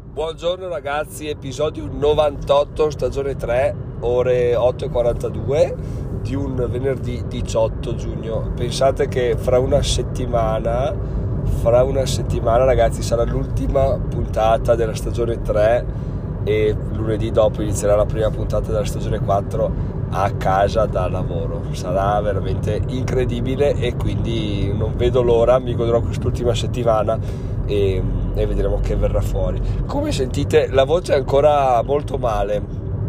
Buongiorno ragazzi, episodio 98, stagione 3, ore 8:42 di un venerdì 18 giugno. Pensate che fra una settimana ragazzi sarà l'ultima puntata della stagione 3 e lunedì dopo inizierà la prima puntata della stagione 4 a casa da lavoro. Sarà veramente incredibile e quindi non vedo l'ora, mi godrò quest'ultima settimana e vedremo che verrà fuori. Come sentite la voce è ancora molto male,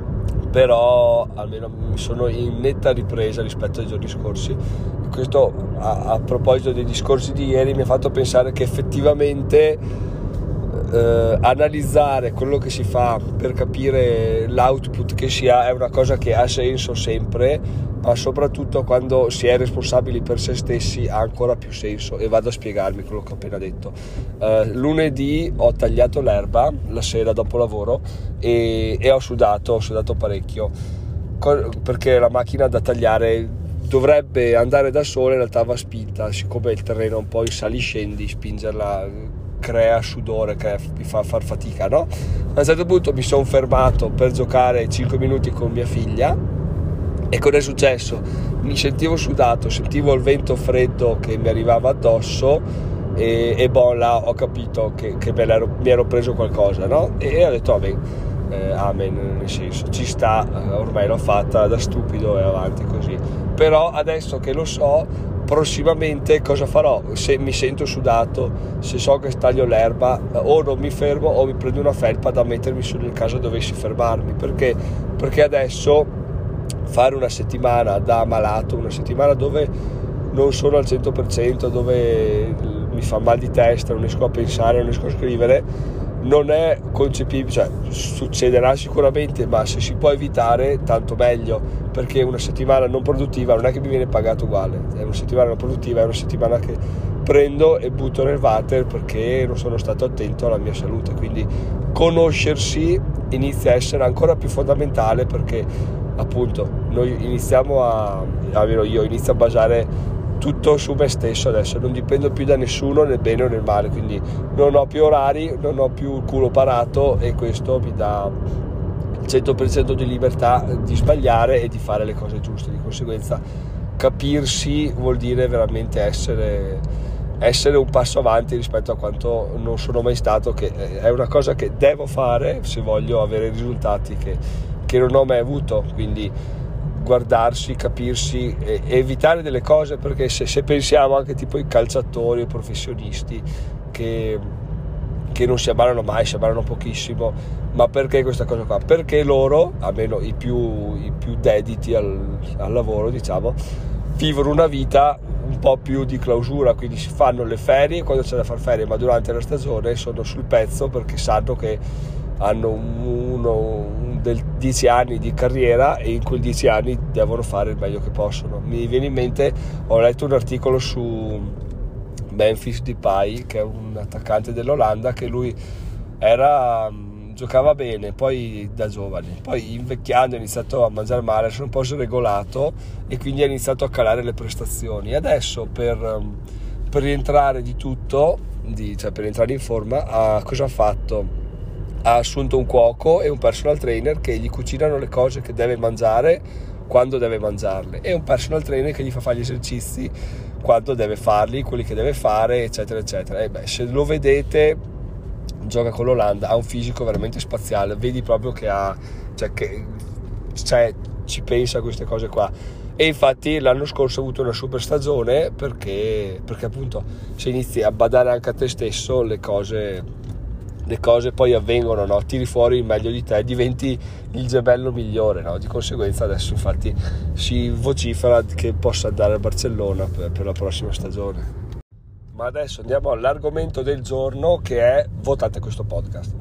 però almeno sono in netta ripresa rispetto ai giorni scorsi. Questo a proposito dei discorsi di ieri mi ha fatto pensare che effettivamente analizzare quello che si fa per capire l'output che si ha è una cosa che ha senso sempre, ma soprattutto quando si è responsabili per se stessi ha ancora più senso, e vado a spiegarmi quello che ho appena detto. Lunedì ho tagliato l'erba la sera dopo lavoro e ho sudato parecchio, perché la macchina da tagliare dovrebbe andare da sola, in realtà va spinta, siccome il terreno è un po' in saliscendi, spingerla crea sudore, mi fa far fatica, no? A un certo punto mi sono fermato per giocare 5 minuti con mia figlia e cosa è successo? Mi sentivo sudato, sentivo il vento freddo che mi arrivava addosso e là ho capito che mi ero preso qualcosa, no? E ho detto amen, nel senso ci sta, ormai l'ho fatta da stupido e avanti così. Però adesso che lo so, prossimamente cosa farò? Se mi sento sudato, se so che taglio l'erba, o non mi fermo o mi prendo una felpa da mettermi su nel caso dovessi fermarmi, perché adesso fare una settimana da malato, una settimana dove non sono al 100%, dove mi fa mal di testa, non riesco a pensare, non riesco a scrivere, non è concepibile, cioè succederà sicuramente, ma se si può evitare tanto meglio, perché una settimana non produttiva non è che mi viene pagato uguale, è una settimana non produttiva, è una settimana che prendo e butto nel water perché non sono stato attento alla mia salute. Quindi conoscersi inizia a essere ancora più fondamentale, perché appunto noi almeno io inizio a basare tutto su me stesso adesso, non dipendo più da nessuno nel bene o nel male, quindi non ho più orari, non ho più il culo parato, e questo mi dà il 100% di libertà di sbagliare e di fare le cose giuste. Di conseguenza capirsi vuol dire veramente essere un passo avanti rispetto a quanto non sono mai stato, che è una cosa che devo fare se voglio avere risultati che non ho mai avuto. Quindi guardarsi, capirsi e evitare delle cose, perché se pensiamo anche tipo ai calciatori o professionisti che non si ammalano mai, si ammalano pochissimo, ma perché questa cosa qua? Perché loro, almeno i più dediti al lavoro, diciamo, vivono una vita un po' più di clausura, quindi si fanno le ferie quando c'è da far ferie, ma durante la stagione sono sul pezzo perché sanno che hanno 10 anni di carriera e in quei 10 anni devono fare il meglio che possono. Mi viene in mente, ho letto un articolo su Memphis Depay, che è un attaccante dell'Olanda, che lui giocava bene poi da giovane, poi invecchiando ha iniziato a mangiare male, si è un po' sregolato e quindi ha iniziato a calare le prestazioni. Adesso per rientrare di tutto, cioè per entrare in forma, cosa ha fatto? Ha assunto un cuoco e un personal trainer che gli cucinano le cose che deve mangiare quando deve mangiarle, e un personal trainer che gli fa fare gli esercizi quando deve farli, quelli che deve fare, eccetera eccetera. Se lo vedete, gioca con l'Olanda, ha un fisico veramente spaziale, vedi proprio che ci pensa a queste cose qua. E infatti l'anno scorso ha avuto una super stagione perché appunto se inizi a badare anche a te stesso, le cose poi avvengono, no? Tiri fuori il meglio di te, diventi il gemello migliore, no? Di conseguenza adesso infatti si vocifera che possa andare a Barcellona per la prossima stagione. Ma adesso andiamo all'argomento del giorno, che è votate questo podcast.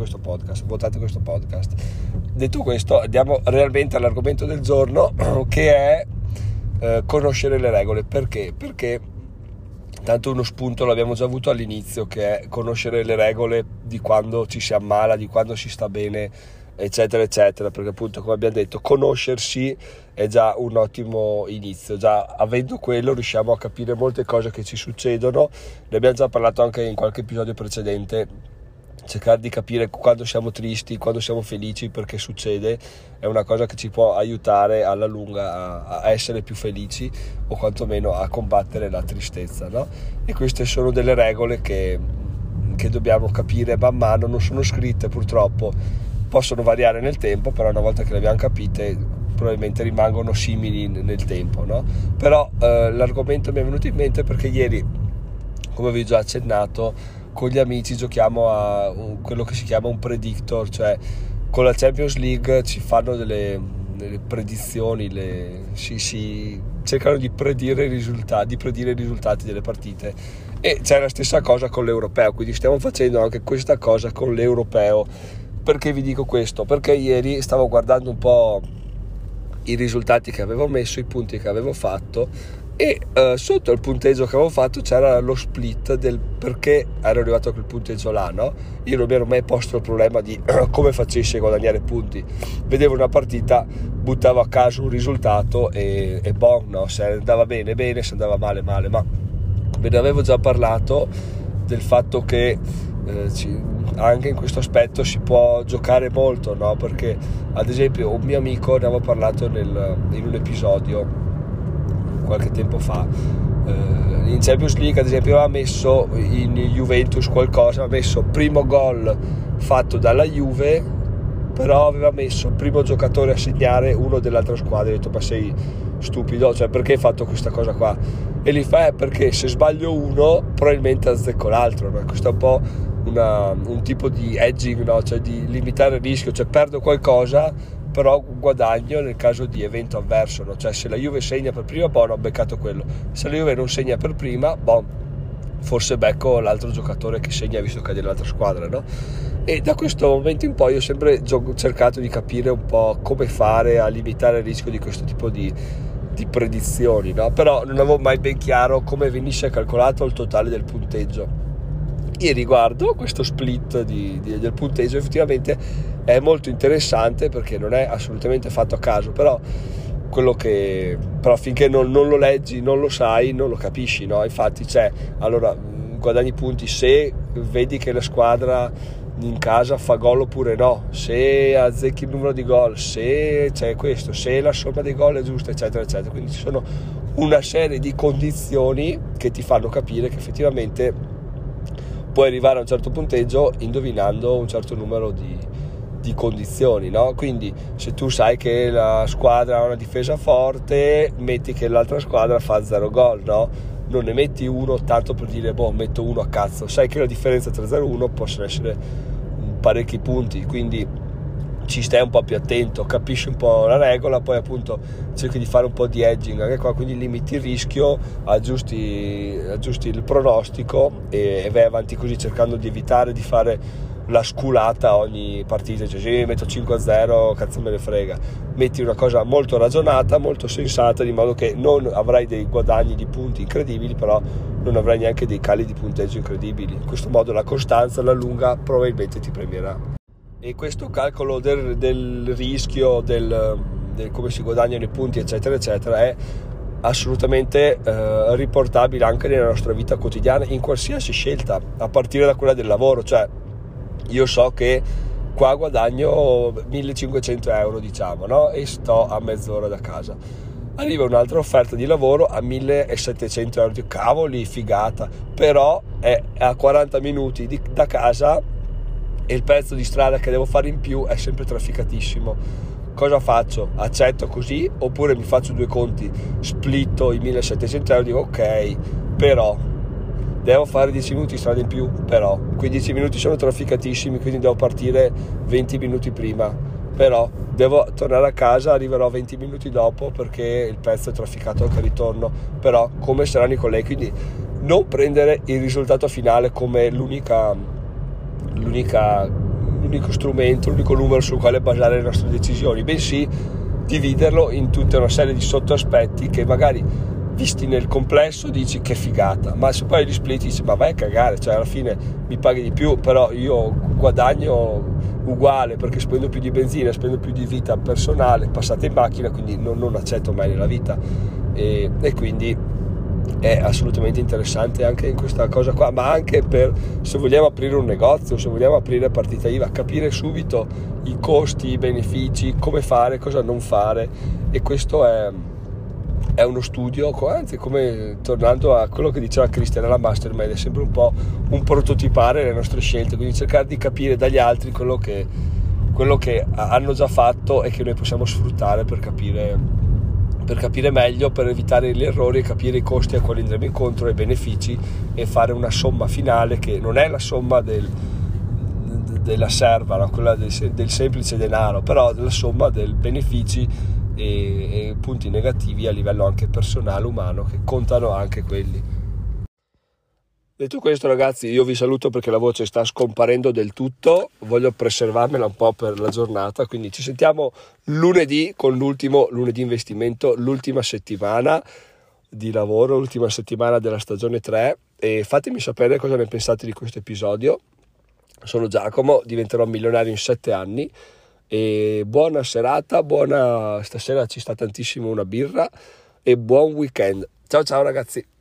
Detto questo, andiamo realmente all'argomento del giorno, che è conoscere le regole. Perché? Perché tanto uno spunto l'abbiamo già avuto all'inizio, che è conoscere le regole di quando ci si ammala, di quando si sta bene, eccetera eccetera, perché appunto, come abbiamo detto, conoscersi è già un ottimo inizio. Già avendo quello riusciamo a capire molte cose che ci succedono. Ne abbiamo già parlato anche in qualche episodio precedente cercare di capire quando siamo tristi, quando siamo felici, perché succede, è una cosa che ci può aiutare alla lunga a essere più felici, o quantomeno a combattere la tristezza, no? E queste sono delle regole che dobbiamo capire man mano, non sono scritte purtroppo, possono variare nel tempo, però una volta che le abbiamo capite probabilmente rimangono simili nel tempo, no? Però l'argomento mi è venuto in mente perché ieri, come vi ho già accennato, con gli amici giochiamo a quello che si chiama un predictor, cioè con la Champions League ci fanno delle predizioni, si cercano di predire i risultati delle partite, e c'è la stessa cosa con l'europeo, quindi stiamo facendo anche questa cosa con l'europeo. Perché vi dico questo? Perché ieri stavo guardando un po' i risultati che avevo messo, i punti che avevo fatto, e sotto il punteggio che avevo fatto c'era lo split del perché ero arrivato a quel punteggio là, no? Io non mi ero mai posto il problema di come facessi a guadagnare punti. Vedevo una partita, buttavo a caso un risultato e boh, no? Se andava bene, se andava male, ma ve ne avevo già parlato del fatto che anche in questo aspetto si può giocare molto, no? Perché ad esempio un mio amico, ne avevo parlato in un episodio qualche tempo fa, in Champions League ad esempio aveva messo in Juventus qualcosa, aveva messo primo gol fatto dalla Juve, però aveva messo primo giocatore a segnare uno dell'altra squadra. Ho detto, ma sei stupido, cioè perché hai fatto questa cosa qua? E gli fa perché se sbaglio uno probabilmente azzecco l'altro, no? Questo è un po' un tipo di hedging, no? Cioè di limitare il rischio, cioè perdo qualcosa però guadagno nel caso di evento avverso, no? Cioè se la Juve segna per prima, ho beccato quello, se la Juve non segna per prima, forse becco l'altro giocatore che segna visto che è dell'altra squadra, no? E da questo momento in poi ho sempre cercato di capire un po' come fare a limitare il rischio di questo tipo di predizioni, no? Però non avevo mai ben chiaro come venisse calcolato il totale del punteggio. E riguardo questo split del punteggio, effettivamente è molto interessante perché non è assolutamente fatto a caso, però finché non lo leggi, non lo sai, non lo capisci, no? Infatti allora guadagni punti se vedi che la squadra in casa fa gol oppure no, se azzecchi il numero di gol, se c'è questo, se la somma dei gol è giusta, eccetera eccetera. Quindi ci sono una serie di condizioni che ti fanno capire che effettivamente puoi arrivare a un certo punteggio indovinando un certo numero di condizioni, no? Quindi se tu sai che la squadra ha una difesa forte, metti che l'altra squadra fa 0 gol, no? Non ne metti uno tanto per dire metto uno a cazzo, sai che la differenza tra 0 e 1 possono essere parecchi punti, quindi ci stai un po' più attento, capisci un po' la regola, poi appunto cerchi di fare un po' di hedging anche qua, quindi limiti il rischio, aggiusti il pronostico e vai avanti così, cercando di evitare di fare la sculata ogni partita, cioè se metto 5-0 cazzo me ne frega, metti una cosa molto ragionata, molto sensata, di modo che non avrai dei guadagni di punti incredibili, però non avrai neanche dei cali di punteggio incredibili. In questo modo la costanza alla lunga probabilmente ti premierà. E questo calcolo del rischio, del come si guadagnano i punti, eccetera eccetera, è assolutamente riportabile anche nella nostra vita quotidiana, in qualsiasi scelta, a partire da quella del lavoro. Cioè io so che qua guadagno 1.500 euro, diciamo, no? E sto a mezz'ora da casa, arriva un'altra offerta di lavoro a 1.700 euro, cavoli, figata, però è a 40 minuti da casa e il pezzo di strada che devo fare in più è sempre trafficatissimo. Cosa faccio? Accetto così oppure mi faccio due conti, splitto i 1.700 euro, dico ok, però devo fare 10 minuti di strada in più, però quei 10 minuti sono trafficatissimi, quindi devo partire 20 minuti prima, però devo tornare a casa, arriverò 20 minuti dopo perché il pezzo è trafficato anche al ritorno, però come saranno i colleghi? Quindi non prendere il risultato finale come l'unico strumento, l'unico numero sul quale basare le nostre decisioni, bensì dividerlo in tutta una serie di sottoaspetti che magari visti nel complesso dici che figata, ma se poi li split dici ma vai a cagare, cioè alla fine mi paghi di più però io guadagno uguale perché spendo più di benzina, spendo più di vita personale passata in macchina, quindi non accetto mai nella vita e quindi è assolutamente interessante anche in questa cosa qua, ma anche per se vogliamo aprire un negozio, se vogliamo aprire partita IVA, capire subito i costi, i benefici, come fare, cosa non fare. E questo è uno studio, anzi, come tornando a quello che diceva Cristian alla Mastermind, è sempre un po' un prototipare le nostre scelte, quindi cercare di capire dagli altri quello che hanno già fatto e che noi possiamo sfruttare per capire meglio, per evitare gli errori e capire i costi a quali andremo incontro, i benefici, e fare una somma finale che non è la somma della serva, no? Quella del semplice denaro, però della somma dei benefici e punti negativi a livello anche personale, umano, che contano anche quelli. Detto questo, ragazzi, io vi saluto perché la voce sta scomparendo del tutto, voglio preservarmela un po' per la giornata, quindi ci sentiamo lunedì con l'ultimo lunedì investimento, l'ultima settimana di lavoro, l'ultima settimana della stagione 3, e fatemi sapere cosa ne pensate di questo episodio. Sono Giacomo, diventerò milionario in 7 anni e buona serata, stasera ci sta tantissimo una birra e buon weekend. Ciao ciao ragazzi!